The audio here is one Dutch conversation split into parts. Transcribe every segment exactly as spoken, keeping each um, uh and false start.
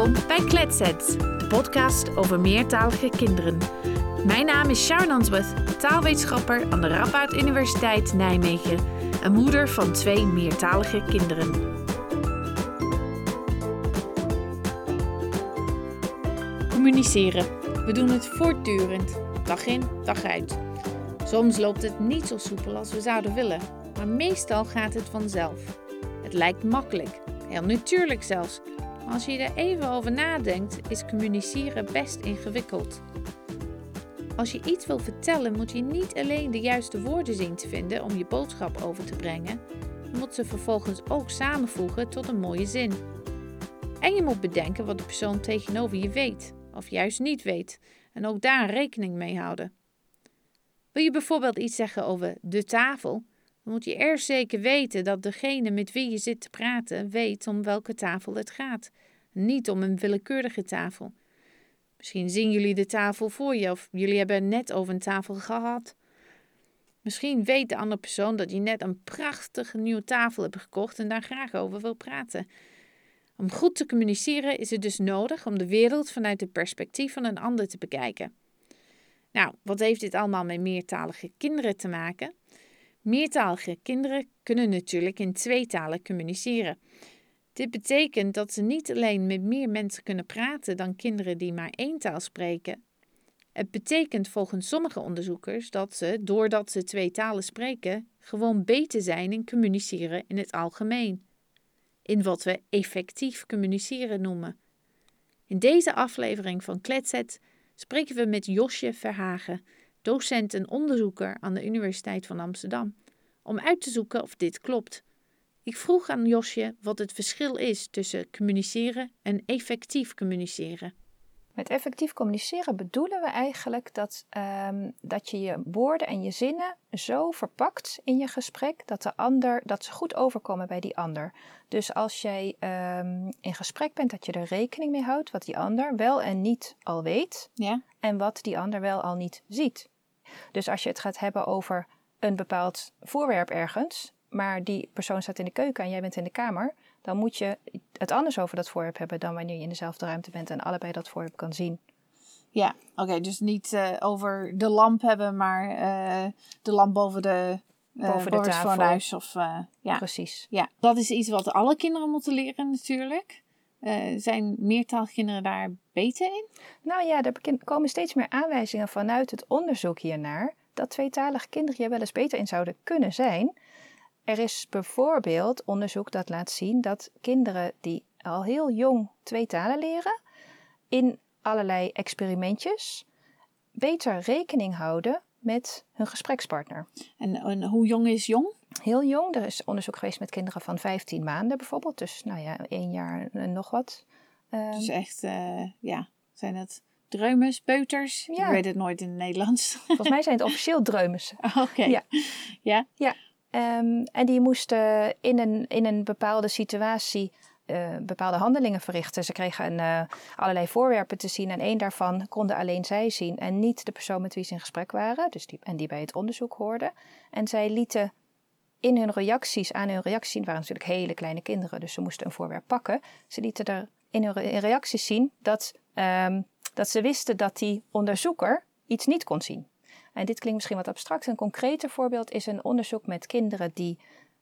Welkom bij Kletsets, de podcast over meertalige kinderen. Mijn naam is Sharon Answorth, taalwetenschapper aan de Radboud Universiteit Nijmegen en moeder van twee meertalige kinderen. Communiceren. We doen het voortdurend, dag in, dag uit. Soms loopt het niet zo soepel als we zouden willen, maar meestal gaat het vanzelf. Het lijkt makkelijk, heel natuurlijk zelfs. Maar als je er even over nadenkt, is communiceren best ingewikkeld. Als je iets wil vertellen, moet je niet alleen de juiste woorden zien te vinden om je boodschap over te brengen. Je moet ze vervolgens ook samenvoegen tot een mooie zin. En je moet bedenken wat de persoon tegenover je weet, of juist niet weet, en ook daar rekening mee houden. Wil je bijvoorbeeld iets zeggen over de tafel, dan moet je eerst zeker weten dat degene met wie je zit te praten weet om welke tafel het gaat, niet om een willekeurige tafel. Misschien zien jullie de tafel voor je of jullie hebben het net over een tafel gehad. Misschien weet de andere persoon dat je net een prachtige nieuwe tafel hebt gekocht en daar graag over wil praten. Om goed te communiceren is het dus nodig om de wereld vanuit het perspectief van een ander te bekijken. Nou, wat heeft dit allemaal met meertalige kinderen te maken? Meertalige kinderen kunnen natuurlijk in twee talen communiceren. Dit betekent dat ze niet alleen met meer mensen kunnen praten dan kinderen die maar één taal spreken. Het betekent volgens sommige onderzoekers dat ze, doordat ze twee talen spreken, gewoon beter zijn in communiceren in het algemeen. In wat we effectief communiceren noemen. In deze aflevering van Kletsets spreken we met Josje Verhagen, docent en onderzoeker aan de Universiteit van Amsterdam, om uit te zoeken of dit klopt. Ik vroeg aan Josje wat het verschil is tussen communiceren en effectief communiceren. Met effectief communiceren bedoelen we eigenlijk dat, um, dat je je woorden en je zinnen zo verpakt in je gesprek dat, de ander, dat ze goed overkomen bij die ander. Dus als jij um, in gesprek bent, dat je er rekening mee houdt wat die ander wel en niet al weet, ja? En wat die ander wel al niet ziet. Dus als je het gaat hebben over een bepaald voorwerp ergens, maar die persoon staat in de keuken en jij bent in de kamer, dan moet je het anders over dat voorwerp hebben dan wanneer je in dezelfde ruimte bent en allebei dat voorwerp kan zien. Ja, oké, okay, dus niet uh, over de lamp hebben, maar uh, de lamp boven de, uh, boven de tafel. Van huis. Of, uh, ja. Precies. Ja, dat is iets wat alle kinderen moeten leren natuurlijk. Uh, zijn meertalige kinderen daar beter in? Nou ja, er komen steeds meer aanwijzingen vanuit het onderzoek hiernaar dat tweetalige kinderen hier wel eens beter in zouden kunnen zijn. Er is bijvoorbeeld onderzoek dat laat zien dat kinderen die al heel jong twee talen leren, in allerlei experimentjes beter rekening houden met hun gesprekspartner. En, en hoe jong is jong? Heel jong. Er is onderzoek geweest met kinderen van vijftien maanden bijvoorbeeld. Dus nou ja, één jaar en nog wat. Um, dus echt, uh, ja, zijn het dreumes, peuters? Ja. Ik weet het nooit in het Nederlands. Volgens mij zijn het officieel dreumes. Oké. Okay. Ja. Ja? Ja. Um, en die moesten in een, in een bepaalde situatie uh, bepaalde handelingen verrichten. Ze kregen uh, allerlei voorwerpen te zien en één daarvan konden alleen zij zien en niet de persoon met wie ze in gesprek waren. Dus die, en die bij het onderzoek hoorden. En zij lieten in hun reacties, aan hun reacties zien, waren natuurlijk hele kleine kinderen, dus ze moesten een voorwerp pakken. Ze lieten er in hun re- reacties zien dat, um, dat ze wisten dat die onderzoeker iets niet kon zien. En dit klinkt misschien wat abstract. Een concreter voorbeeld is een onderzoek met kinderen die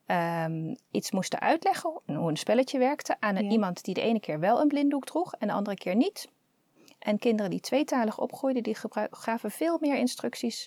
um, iets moesten uitleggen, hoe een spelletje werkte, aan een, ja. iemand die de ene keer wel een blinddoek droeg en de andere keer niet. En kinderen die tweetalig opgroeiden, die gebruik, gaven veel meer instructies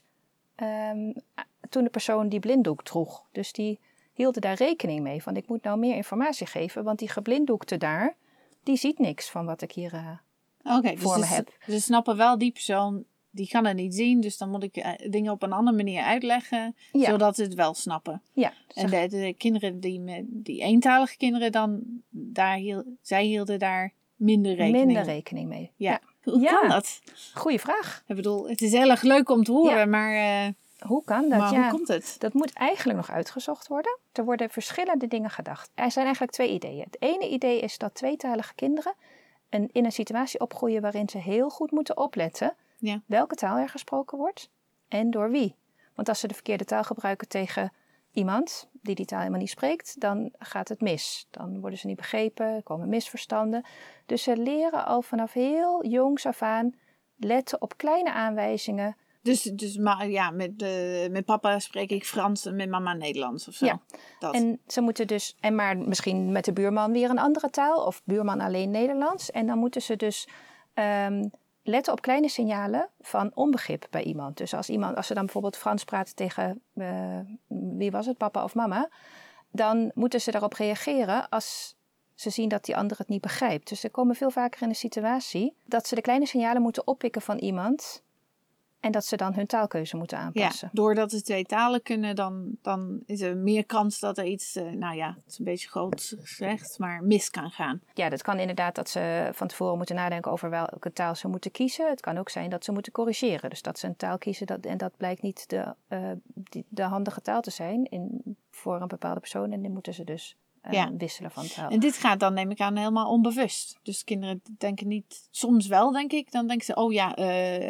um, toen de persoon die blinddoek droeg. Dus die hielden daar rekening mee van ik moet nou meer informatie geven, want die geblinddoekte daar, die ziet niks van wat ik hier uh, okay, voor dus me heb. Ze snappen wel die persoon, die kan het niet zien, dus dan moet ik uh, dingen op een andere manier uitleggen, ja. zodat ze het wel snappen. Ja, en de, de kinderen, die, met, die eentalige kinderen dan, daar hiel, zij hielden daar minder rekening Minder rekening mee. Ja. ja. Hoe ja. kan dat? Goeie vraag. Ik bedoel, het is heel erg leuk om te horen, ja. maar... Uh, Hoe kan dat? Maar ja, hoe komt het? Dat moet eigenlijk nog uitgezocht worden. Er worden verschillende dingen gedacht. Er zijn eigenlijk twee ideeën. Het ene idee is dat tweetalige kinderen een, in een situatie opgroeien waarin ze heel goed moeten opletten ja. welke taal er gesproken wordt en door wie. Want als ze de verkeerde taal gebruiken tegen iemand die die taal helemaal niet spreekt, dan gaat het mis. Dan worden ze niet begrepen, er komen misverstanden. Dus ze leren al vanaf heel jongs af aan letten op kleine aanwijzingen. Dus, dus maar, ja, met, uh, met papa spreek ik Frans en met mama Nederlands of zo. Ja, dat. En ze moeten dus, en maar misschien met de buurman weer een andere taal of buurman alleen Nederlands. En dan moeten ze dus um, letten op kleine signalen van onbegrip bij iemand. Dus als, iemand, als ze dan bijvoorbeeld Frans praten tegen, uh, wie was het, papa of mama, dan moeten ze daarop reageren als ze zien dat die ander het niet begrijpt. Dus ze komen veel vaker in de situatie dat ze de kleine signalen moeten oppikken van iemand en dat ze dan hun taalkeuze moeten aanpassen. Ja, doordat ze twee talen kunnen, dan, dan is er meer kans dat er iets, uh, nou ja, het is een beetje groot gezegd, maar mis kan gaan. Ja, dat kan inderdaad dat ze van tevoren moeten nadenken over welke taal ze moeten kiezen. Het kan ook zijn dat ze moeten corrigeren. Dus dat ze een taal kiezen dat, en dat blijkt niet de, uh, die, de handige taal te zijn in, voor een bepaalde persoon. En die moeten ze dus uh, ja. wisselen van taal. En dit gaat dan, neem ik aan, helemaal onbewust. Dus kinderen denken niet, soms wel denk ik, dan denken ze, oh ja, uh,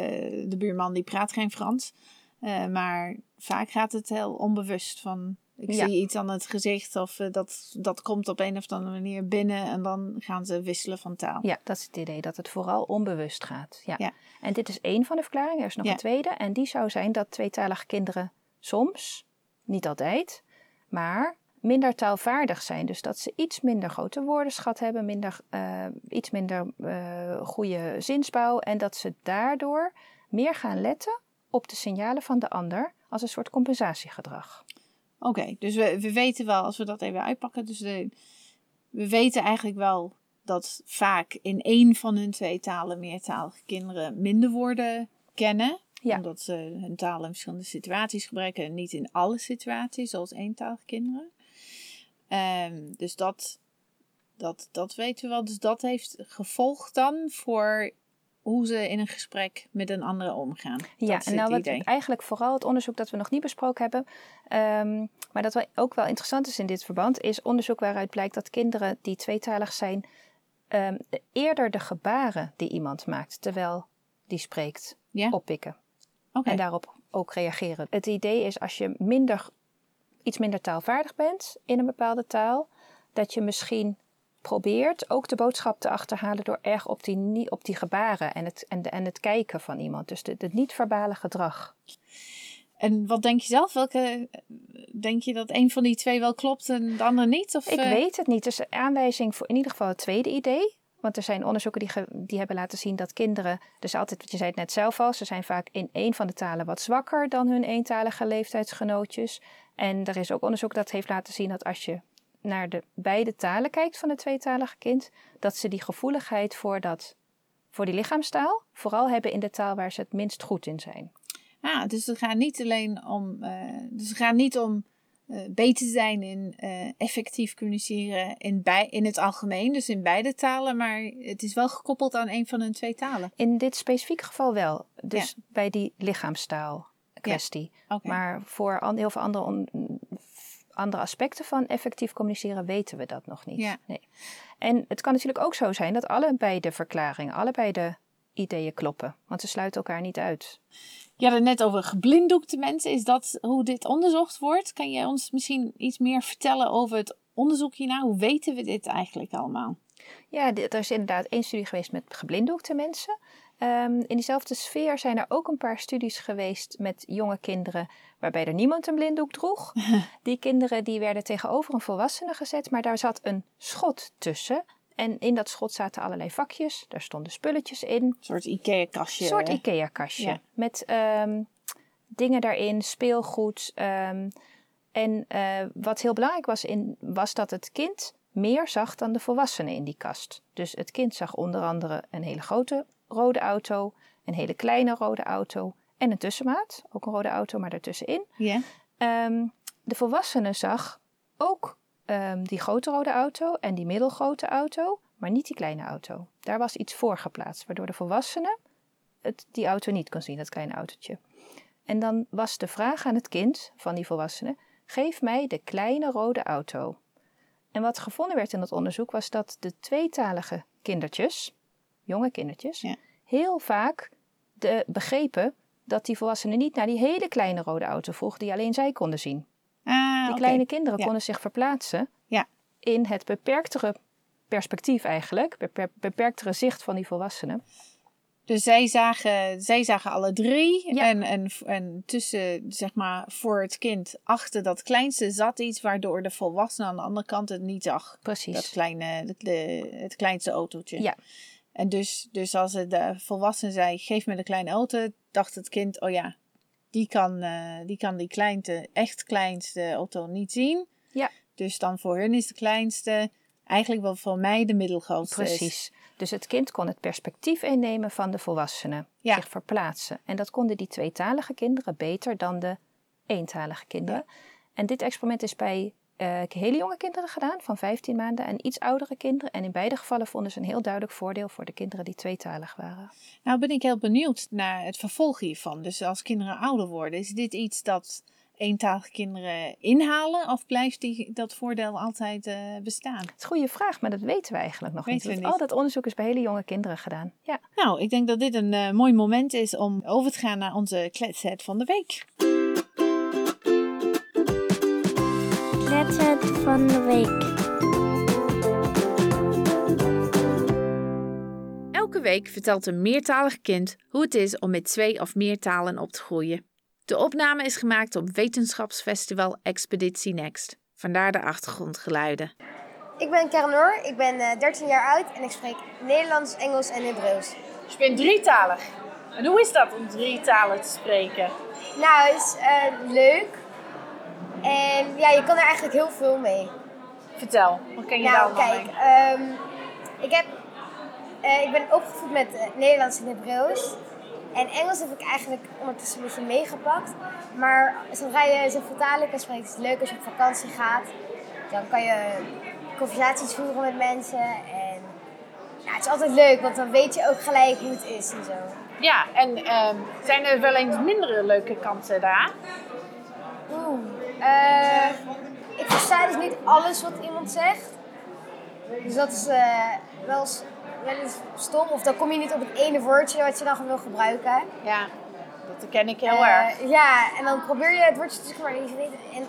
de buurman die praat geen Frans. Uh, maar vaak gaat het heel onbewust van, ik ja. zie iets aan het gezicht of uh, dat, dat komt op een of andere manier binnen en dan gaan ze wisselen van taal. Ja, dat is het idee, dat het vooral onbewust gaat. Ja. Ja. En dit is één van de verklaringen, er is nog ja. een tweede. En die zou zijn dat tweetalige kinderen soms, niet altijd, maar minder taalvaardig zijn. Dus dat ze iets minder grote woordenschat hebben, minder, uh, iets minder uh, goede zinsbouw. En dat ze daardoor meer gaan letten op de signalen van de ander als een soort compensatiegedrag. Oké, okay, dus we, we weten wel, als we dat even uitpakken, dus de, we weten eigenlijk wel dat vaak in één van hun twee talen meertalige kinderen minder woorden kennen. Ja. Omdat ze hun taal in verschillende situaties gebruiken en niet in alle situaties, zoals eentalige kinderen. Um, dus dat, dat, dat weten we wel. Dus dat heeft gevolg dan voor hoe ze in een gesprek met een andere omgaan. Ja, dat en nou wat eigenlijk vooral het onderzoek dat we nog niet besproken hebben, um, maar dat wel ook wel interessant is in dit verband, is onderzoek waaruit blijkt dat kinderen die tweetalig zijn, um, eerder de gebaren die iemand maakt terwijl die spreekt, ja. oppikken. Okay. En daarop ook reageren. Het idee is als je minder, iets minder taalvaardig bent in een bepaalde taal, dat je misschien probeert ook de boodschap te achterhalen door erg op die, op die gebaren en het, en, de, en het kijken van iemand. Dus het niet-verbale gedrag. En wat denk je zelf? Welke, denk je dat een van die twee wel klopt en de andere niet? Of, Ik uh... weet het niet. Dus een aanwijzing voor in ieder geval het tweede idee. Want er zijn onderzoeken die, ge, die hebben laten zien dat kinderen, dus altijd, wat je zei het net zelf al, ze zijn vaak in één van de talen wat zwakker dan hun eentalige leeftijdsgenootjes. En er is ook onderzoek dat heeft laten zien dat als je naar de beide talen kijkt van het tweetalige kind, dat ze die gevoeligheid voor, dat, voor die lichaamstaal vooral hebben in de taal waar ze het minst goed in zijn. Ah, dus het gaat niet alleen om, uh, dus het gaat niet om uh, beter zijn in uh, effectief communiceren in, bij, in het algemeen, dus in beide talen, maar het is wel gekoppeld aan een van hun twee talen. In dit specifieke geval wel, dus ja. bij die lichaamstaal kwestie. Ja. Okay. Maar voor an, heel veel andere on, andere aspecten van effectief communiceren weten we dat nog niet. Ja. Nee. En het kan natuurlijk ook zo zijn dat allebei de verklaringen, allebei de ideeën kloppen. Want ze sluiten elkaar niet uit. Je had het net over geblinddoekte mensen. Is dat hoe dit onderzocht wordt? Kan je ons misschien iets meer vertellen over het onderzoek hierna? Hoe weten we dit eigenlijk allemaal? Ja, er is inderdaad één studie geweest met geblinddoekte mensen. Um, in diezelfde sfeer zijn er ook een paar studies geweest met jonge kinderen waarbij er niemand een blinddoek droeg. Die kinderen die werden tegenover een volwassene gezet, maar daar zat een schot tussen. En in dat schot zaten allerlei vakjes, daar stonden spulletjes in. Een soort Ikea-kastje. Een soort Ikea-kastje. Ja. Met um, dingen daarin, speelgoed. Um, en uh, wat heel belangrijk was, in, was dat het kind meer zag dan de volwassenen in die kast. Dus het kind zag onder andere een hele grote rode auto, een hele kleine rode auto en een tussenmaat. Ook een rode auto, maar daartussenin. Yeah. Um, de volwassene zag ook um, die grote rode auto en die middelgrote auto, maar niet die kleine auto. Daar was iets voor geplaatst, waardoor de volwassene het, die auto niet kon zien, dat kleine autootje. En dan was de vraag aan het kind van die volwassene, geef mij de kleine rode auto. En wat gevonden werd in dat onderzoek was dat de tweetalige kindertjes, jonge kindertjes, ja. heel vaak de, begrepen dat die volwassenen niet naar die hele kleine rode auto vroeg die alleen zij konden zien. Ah, Die okay. kleine kinderen ja. konden zich verplaatsen Ja. in het beperktere perspectief eigenlijk. Beper- beperktere zicht van die volwassenen. Dus zij zagen, zij zagen alle drie. Ja. En, en, en tussen, zeg maar, voor het kind, achter dat kleinste zat iets waardoor de volwassene aan de andere kant het niet zag. Precies. Dat kleine, de, de, het kleinste autootje. Ja. En dus, dus als het de volwassene zei, geef me de kleine auto, dacht het kind, oh ja, die kan uh, die, kan die kleinste, echt kleinste auto niet zien. Ja. Dus dan voor hun is de kleinste eigenlijk wel voor mij de middelgrootste. Precies. Is. Dus het kind kon het perspectief innemen van de volwassenen. Ja. Zich verplaatsen. En dat konden die tweetalige kinderen beter dan de eentalige kinderen. Ja. En dit experiment is bij uh, hele jonge kinderen gedaan, van vijftien maanden, en iets oudere kinderen. En in beide gevallen vonden ze een heel duidelijk voordeel voor de kinderen die tweetalig waren. Nou ben ik heel benieuwd naar het vervolg hiervan. Dus als kinderen ouder worden, is dit iets dat eentalige kinderen inhalen? Of blijft die, dat voordeel altijd uh, bestaan? Het is een goede vraag, maar dat weten we eigenlijk nog weten niet. We niet. Al dat onderzoek is bij hele jonge kinderen gedaan. Ja. Nou, ik denk dat dit een uh, mooi moment is om over te gaan naar onze kletsheid van de week. Kletsheid van de week. Elke week vertelt een meertalig kind hoe het is om met twee of meer talen op te groeien. De opname is gemaakt op wetenschapsfestival Expeditie Next. Vandaar de achtergrondgeluiden. Ik ben Karen, ik ben uh, dertien jaar oud en ik spreek Nederlands, Engels en Hebreeuws. Dus je bent drietalig. En hoe is dat om drie talen te spreken? Nou, het is uh, leuk. En ja, je kan er eigenlijk heel veel mee. Vertel, wat ken je nou, daar allemaal kijk, mee? Um, ik, heb, uh, ik ben opgevoed met uh, Nederlands en Hebreeuws. En Engels heb ik eigenlijk ondertussen een beetje meegepakt. Maar zodra je zoveel talen kan spreken, is het leuk als je op vakantie gaat. Dan kan je conversaties voeren met mensen. En ja, het is altijd leuk, want dan weet je ook gelijk hoe het is en zo. Ja, en uh, zijn er wel eens mindere leuke kanten daar? Oeh, uh, ik versta dus niet alles wat iemand zegt. Dus dat is uh, wel eens... wel eens stom, of dan kom je niet op het ene woordje wat je dan gewoon wil gebruiken. Ja, dat ken ik heel uh, erg. Ja, en dan probeer je het woordje te zeggen, maar je weet, en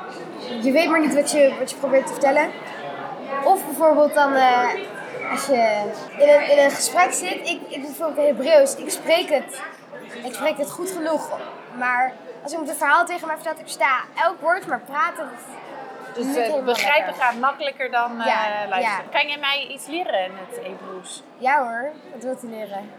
je weet maar niet wat je, wat je probeert te vertellen. Of bijvoorbeeld dan, uh, als je in een, in een gesprek zit, ik, ik doe bijvoorbeeld Hebreeuws, ik spreek het, ik spreek het goed genoeg, maar als iemand een verhaal tegen mij vertelt, ik versta elk woord, maar praten... Dus uh, begrijpen lekker. Gaat makkelijker dan uh, ja, luisteren. Ja. Kan je mij iets leren in het Hebreeuws? Ja hoor, wat wilt u leren?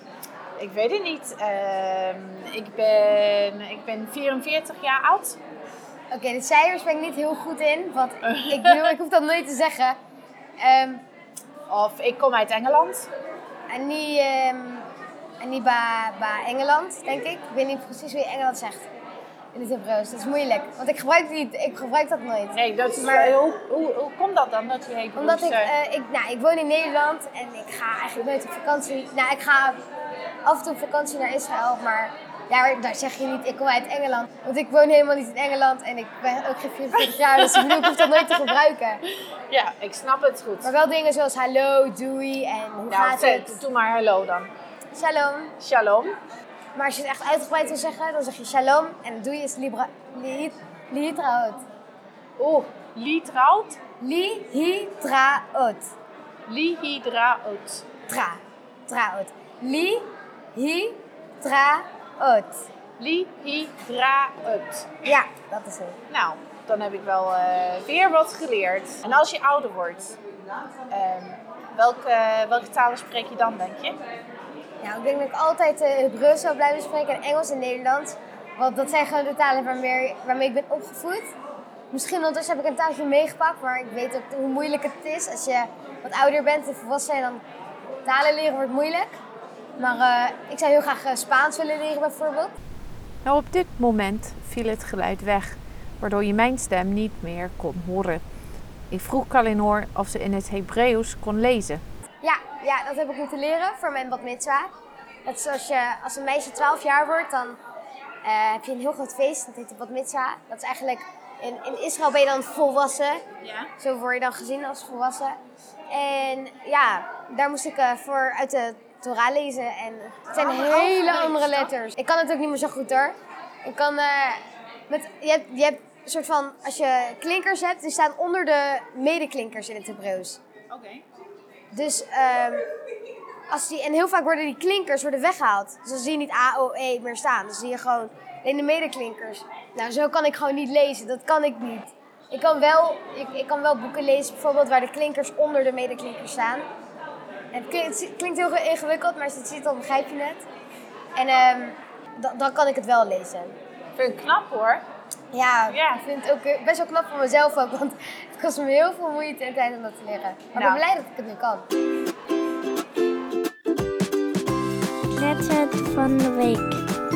Ik weet het niet. Uh, ik, ben, ik ben vierenveertig jaar oud. Oké, okay, de cijfers ben ik niet heel goed in, want ik, bedoel, ik hoef dat nooit te zeggen. Um, of ik kom uit Engeland. En niet, um, en niet bij, bij Engeland, denk ik. Ik weet niet precies hoe je Engeland zegt. In het Hebreeuws. Dat is moeilijk, want ik gebruik, die, ik gebruik dat nooit. Nee, dat is, maar, hoe, hoe, hoe komt dat dan, dat je Hebreeuws... Omdat ik, uh, ik, nou, ik woon in Nederland en ik ga eigenlijk nooit op vakantie. Nou, ik ga af en toe op vakantie naar Israël, maar daar, daar zeg je niet, ik kom uit Engeland. Want ik woon helemaal niet in Engeland en ik ben ook geen vierenveertig jaar, dus ik, bedoel, ik hoef dat nooit te gebruiken. Ja, ik snap het goed. Maar wel dingen zoals hallo, doei en hoe nou, gaat het? Doe maar hallo dan. Shalom. Shalom. Maar als je het echt uitgebreid wil zeggen, dan zeg je shalom en dan doe je is libra, li, lihitraot. Oeh, lihitraot? Lihitraot. Lihitraot. Tra. Traot. Lihitraot. Lihitraot. Ja, dat is het. Nou, dan heb ik wel uh, weer wat geleerd. En als je ouder wordt, um, welke, welke talen spreek je dan, denk je? Nou, ik denk dat ik altijd uh, Hebreeuws zou blijven spreken en Engels en Nederlands. Want dat zijn gewoon de talen waarmee, waarmee ik ben opgevoed. Misschien ondertussen heb ik een taaltje meegepakt, maar ik weet ook hoe moeilijk het is. Als je wat ouder bent en volwassen bent, dan talen leren wordt moeilijk. Maar uh, ik zou heel graag uh, Spaans willen leren bijvoorbeeld. Nou, op dit moment viel het geluid weg, waardoor je mijn stem niet meer kon horen. Ik vroeg Kalinor of ze in het Hebreeuws kon lezen. Ja, ja, dat heb ik moeten leren voor mijn bat mitzwa. Dat is als, je, als een meisje twaalf jaar wordt, dan uh, heb je een heel groot feest. Dat heet de bat mitzwa. Dat is eigenlijk, in, in Israël ben je dan volwassen. Ja. Zo word je dan gezien als volwassen. En ja, daar moest ik uh, voor uit de Torah lezen. En het zijn oh, hele andere letters. Ik kan het ook niet meer zo goed hoor. Ik kan, uh, met, je, hebt, je hebt een soort van, als je klinkers hebt, die staan onder de medeklinkers in het Hebreeuws. Oké. Okay. Dus, um, als die, en heel vaak worden die klinkers worden weggehaald. Dus dan zie je niet A, O, E meer staan. Dan zie je gewoon alleen de medeklinkers. Nou, zo kan ik gewoon niet lezen. Dat kan ik niet. Ik kan wel, ik, ik kan wel boeken lezen, bijvoorbeeld waar de klinkers onder de medeklinkers staan. En het, klinkt, het klinkt heel ingewikkeld, maar als je het ziet, dan begrijp je het. En um, dan, dan kan ik het wel lezen. Vind ik knap hoor. Ja, ja, ik vind het ook best wel knap voor mezelf ook, want het kost me heel veel moeite en tijd om dat te leren. Maar nou. Ik ben blij dat ik het nu kan. Recept van de week.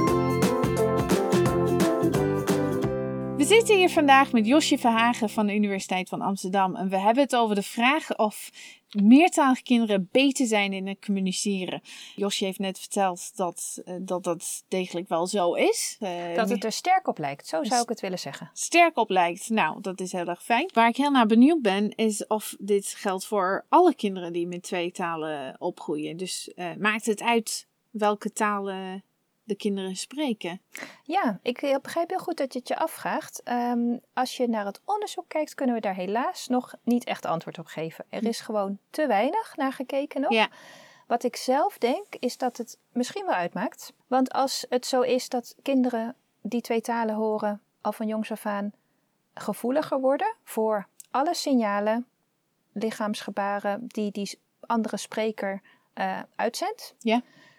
We zitten hier vandaag met Josje Verhagen van de Universiteit van Amsterdam. En we hebben het over de vraag of meertalige kinderen beter zijn in het communiceren. Josje heeft net verteld dat uh, dat, dat degelijk wel zo is. Uh, dat het er sterk op lijkt, zo zou ik het willen zeggen. Sterk op lijkt, nou dat is heel erg fijn. Waar ik heel naar benieuwd ben is of dit geldt voor alle kinderen die met twee talen opgroeien. Dus uh, maakt het uit welke talen de kinderen spreken? Ja, ik begrijp heel goed dat je het je afvraagt. Um, als je naar het onderzoek kijkt, kunnen we daar helaas nog niet echt antwoord op geven. Er is gewoon te weinig naar gekeken nog. Ja. Wat ik zelf denk, is dat het misschien wel uitmaakt. Want als het zo is dat kinderen die twee talen horen, al van jongs af aan gevoeliger worden voor alle signalen, lichaamsgebaren die die andere spreker uh, uitzendt. Ja.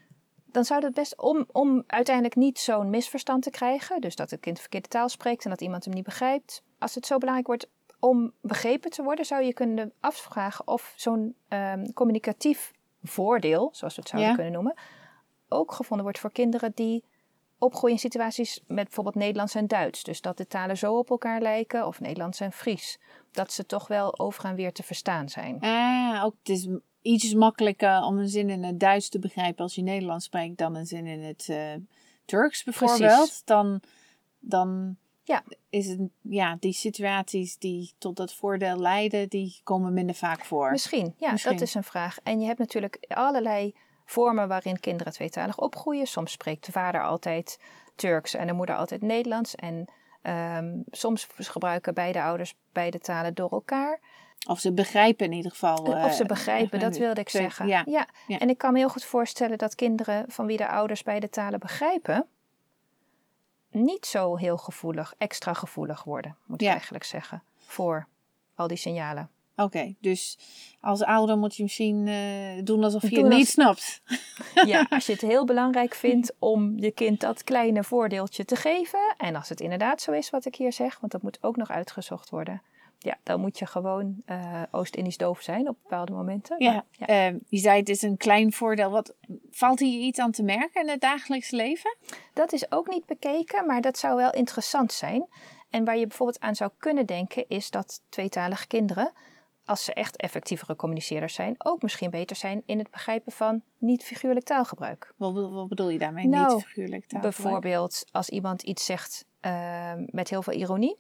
Dan zou het best, om, om uiteindelijk niet zo'n misverstand te krijgen, dus dat het kind verkeerde taal spreekt en dat iemand hem niet begrijpt. Als het zo belangrijk wordt om begrepen te worden, zou je kunnen afvragen of zo'n um, communicatief voordeel, zoals we het zouden ja. kunnen noemen, ook gevonden wordt voor kinderen die opgroeien in situaties met bijvoorbeeld Nederlands en Duits. Dus dat de talen zo op elkaar lijken, of Nederlands en Fries. Dat ze toch wel over en weer te verstaan zijn. Ah, ook het is iets makkelijker om een zin in het Duits te begrijpen als je Nederlands spreekt dan een zin in het uh, Turks bijvoorbeeld. Precies. Dan, dan ja. is het, ja, die situaties die tot dat voordeel leiden, die komen minder vaak voor. Misschien, ja, Misschien. dat is een vraag. En je hebt natuurlijk allerlei vormen waarin kinderen tweetalig opgroeien. Soms spreekt de vader altijd Turks en de moeder altijd Nederlands. En um, soms gebruiken beide ouders beide talen door elkaar. Of ze begrijpen in ieder geval. Uh, of ze begrijpen, dat wilde ik zeggen. Ja. Ja. Ja. En ik kan me heel goed voorstellen dat kinderen van wie de ouders beide talen begrijpen, niet zo heel gevoelig, extra gevoelig worden, moet ik ja. eigenlijk zeggen, voor al die signalen. Oké, okay, dus als ouder moet je misschien uh, doen alsof je doen het als... niet snapt. Ja, als je het heel belangrijk vindt om je kind dat kleine voordeeltje te geven. En als het inderdaad zo is wat ik hier zeg, want dat moet ook nog uitgezocht worden. Ja, dan moet je gewoon uh, Oost-Indisch doof zijn op bepaalde momenten. Ja, maar, ja. Uh, je zei het is een klein voordeel. Wat, valt hier iets aan te merken in het dagelijks leven? Dat is ook niet bekeken, maar dat zou wel interessant zijn. En waar je bijvoorbeeld aan zou kunnen denken is dat tweetalige kinderen, als ze echt effectievere communiceerders zijn, ook misschien beter zijn in het begrijpen van niet-figuurlijk taalgebruik. Wat, wat bedoel je daarmee, nou, niet-figuurlijk taalgebruik? Bijvoorbeeld als iemand iets zegt uh, met heel veel ironie,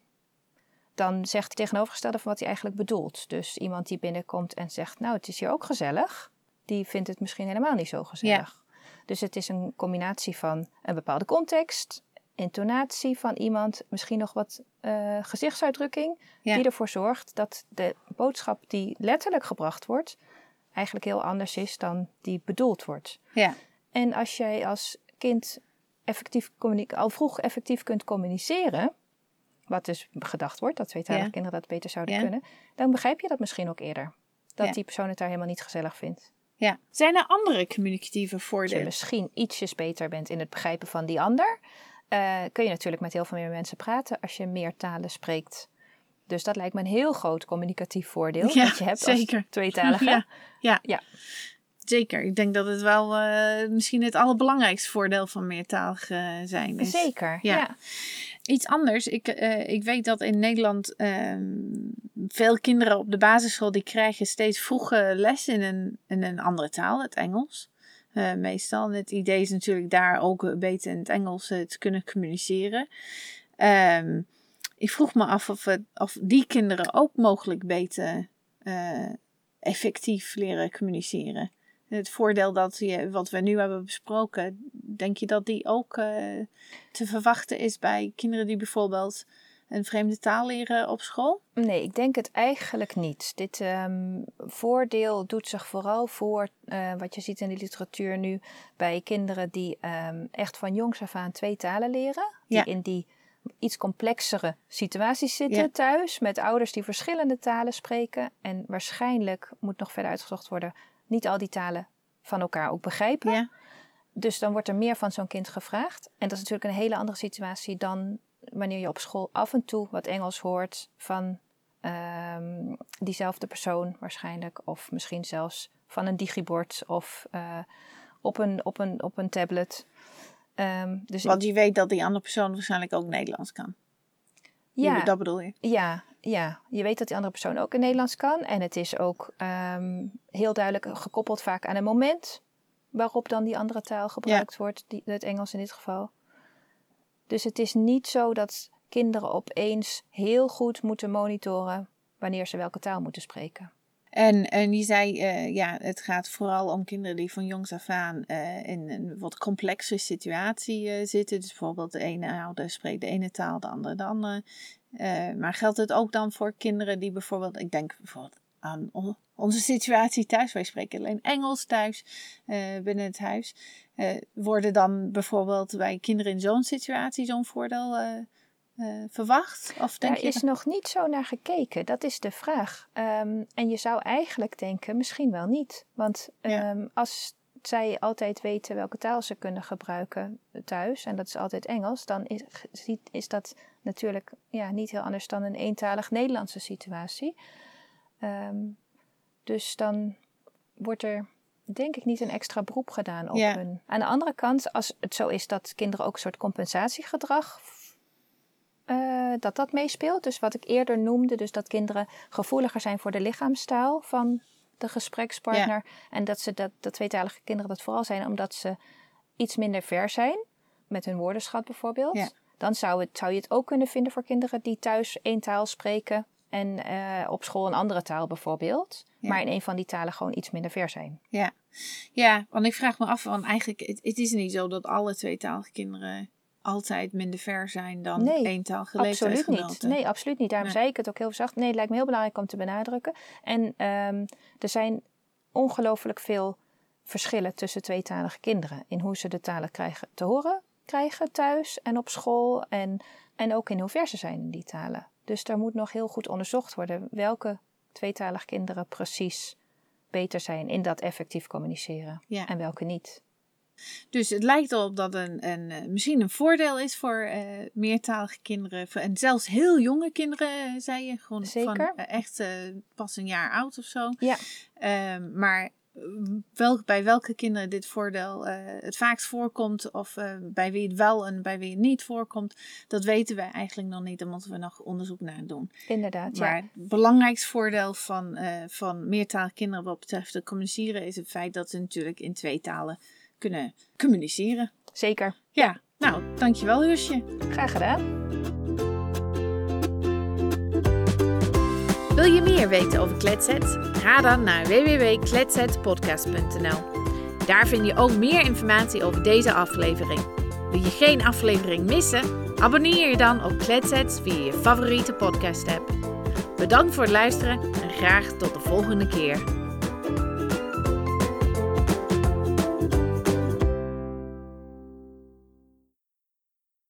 dan zegt hij het tegenovergestelde van wat hij eigenlijk bedoelt. Dus iemand die binnenkomt en zegt, nou het is hier ook gezellig, die vindt het misschien helemaal niet zo gezellig. Ja. Dus het is een combinatie van een bepaalde context, intonatie van iemand, misschien nog wat uh, gezichtsuitdrukking, ja. die ervoor zorgt dat de boodschap die letterlijk gebracht wordt, eigenlijk heel anders is dan die bedoeld wordt. Ja. En als jij als kind effectief communica- al vroeg effectief kunt communiceren, wat dus gedacht wordt, dat tweetalige ja. kinderen dat beter zouden ja. kunnen, dan begrijp je dat misschien ook eerder. Dat ja. die persoon het daar helemaal niet gezellig vindt. Ja. Zijn er andere communicatieve voordelen? Als je misschien ietsjes beter bent in het begrijpen van die ander, uh, kun je natuurlijk met heel veel meer mensen praten als je meer talen spreekt. Dus dat lijkt me een heel groot communicatief voordeel ja, dat je hebt zeker. als tweetalige. Ja, ja. ja. Zeker. Ik denk dat het wel uh, misschien het allerbelangrijkste voordeel van meertalig uh, zijn is. Zeker, ja. ja. Iets anders. Ik, uh, ik weet dat in Nederland uh, veel kinderen op de basisschool die krijgen steeds vroege les in een, in een andere taal, het Engels. Uh, meestal. En het idee is natuurlijk daar ook beter in het Engels uh, te kunnen communiceren. Um, ik vroeg me af of, het, of die kinderen ook mogelijk beter uh, effectief leren communiceren. Het voordeel dat je, wat we nu hebben besproken, denk je dat die ook uh, te verwachten is bij kinderen die bijvoorbeeld een vreemde taal leren op school? Nee, ik denk het eigenlijk niet. Dit um, voordeel doet zich vooral voor, uh, wat je ziet in de literatuur nu, bij kinderen die um, echt van jongs af aan twee talen leren. Die Ja. in die iets complexere situaties zitten Ja. thuis, met ouders die verschillende talen spreken. En waarschijnlijk, moet nog verder uitgezocht worden, niet al die talen van elkaar ook begrijpen. Ja. Dus dan wordt er meer van zo'n kind gevraagd. En dat is natuurlijk een hele andere situatie dan wanneer je op school af en toe wat Engels hoort van um, diezelfde persoon waarschijnlijk. Of misschien zelfs van een digibord of uh, op, een, op, een, op een tablet. Um, dus Want je weet dat die andere persoon waarschijnlijk ook Nederlands kan. ja, Je, dat bedoel je? Ja, ja, je weet dat die andere persoon ook in Nederlands kan. En het is ook um, heel duidelijk gekoppeld vaak aan een moment waarop dan die andere taal gebruikt ja. wordt, die, het Engels in dit geval. Dus het is niet zo dat kinderen opeens heel goed moeten monitoren wanneer ze welke taal moeten spreken. En, en je zei, uh, ja, het gaat vooral om kinderen die van jongs af aan uh, in een wat complexere situatie uh, zitten. Dus bijvoorbeeld de ene ouder spreekt de ene taal, de andere de andere. Uh, maar geldt het ook dan voor kinderen die bijvoorbeeld, ik denk bijvoorbeeld aan onze situatie thuis. Wij spreken alleen Engels thuis uh, binnen het huis. Uh, worden dan bijvoorbeeld bij kinderen in zo'n situatie zo'n voordeel uh, uh, verwacht? Of denk Daar je is dat... nog niet zo naar gekeken. Dat is de vraag. Um, en je zou eigenlijk denken, misschien wel niet. Want um, ja. als zij altijd weten welke taal ze kunnen gebruiken thuis, en dat is altijd Engels, dan is, is dat natuurlijk ja, niet heel anders dan een eentalig Nederlandse situatie. Um, dus dan wordt er, denk ik, niet een extra beroep gedaan op ja. hun. Aan de andere kant, als het zo is dat kinderen ook een soort compensatiegedrag, uh, dat dat meespeelt. Dus wat ik eerder noemde, dus dat kinderen gevoeliger zijn voor de lichaamstaal van de gesprekspartner. Ja. En dat, ze dat, dat tweetalige kinderen dat vooral zijn omdat ze iets minder ver zijn, met hun woordenschat bijvoorbeeld. Ja. Dan zou, het, zou je het ook kunnen vinden voor kinderen die thuis één taal spreken en uh, op school een andere taal bijvoorbeeld. Ja. Maar in een van die talen gewoon iets minder ver zijn. Ja, ja, want ik vraag me af, want eigenlijk, het, het is niet zo dat alle tweetalige kinderen altijd minder ver zijn dan nee, eentalige leeftijdsgenoten. Absoluut niet. Nee, absoluut niet. Daarom nee. zei ik het ook heel zacht. Nee, het lijkt me heel belangrijk om te benadrukken. En um, er zijn ongelooflijk veel verschillen tussen tweetalige kinderen. In hoe ze de talen krijgen, te horen krijgen thuis en op school. En, en ook in hoe ver ze zijn in die talen. Dus daar moet nog heel goed onderzocht worden welke tweetalige kinderen precies beter zijn in dat effectief communiceren. Ja. En welke niet. Dus het lijkt erop dat een, een, misschien een voordeel is voor uh, meertalige kinderen. En zelfs heel jonge kinderen, zei je. Gewoon Zeker. Van uh, echt uh, pas een jaar oud of zo. Ja. Uh, maar wel, bij welke kinderen dit voordeel uh, het vaakst voorkomt. Of uh, bij wie het wel en bij wie het niet voorkomt. Dat weten wij eigenlijk nog niet. Daar moeten we nog onderzoek naar doen. Inderdaad, Maar ja. het belangrijkste voordeel van, uh, van meertalige kinderen wat betreft het communiceren is het feit dat ze natuurlijk in twee talen kunnen communiceren. Zeker. Ja, nou, dankjewel Husje. Graag gedaan. Wil je meer weten over Kletset? Ga dan naar w w w punt kletset podcast punt n l. Daar vind je ook meer informatie over deze aflevering. Wil je geen aflevering missen? Abonneer je dan op Kletset via je favoriete podcast app. Bedankt voor het luisteren en graag tot de volgende keer.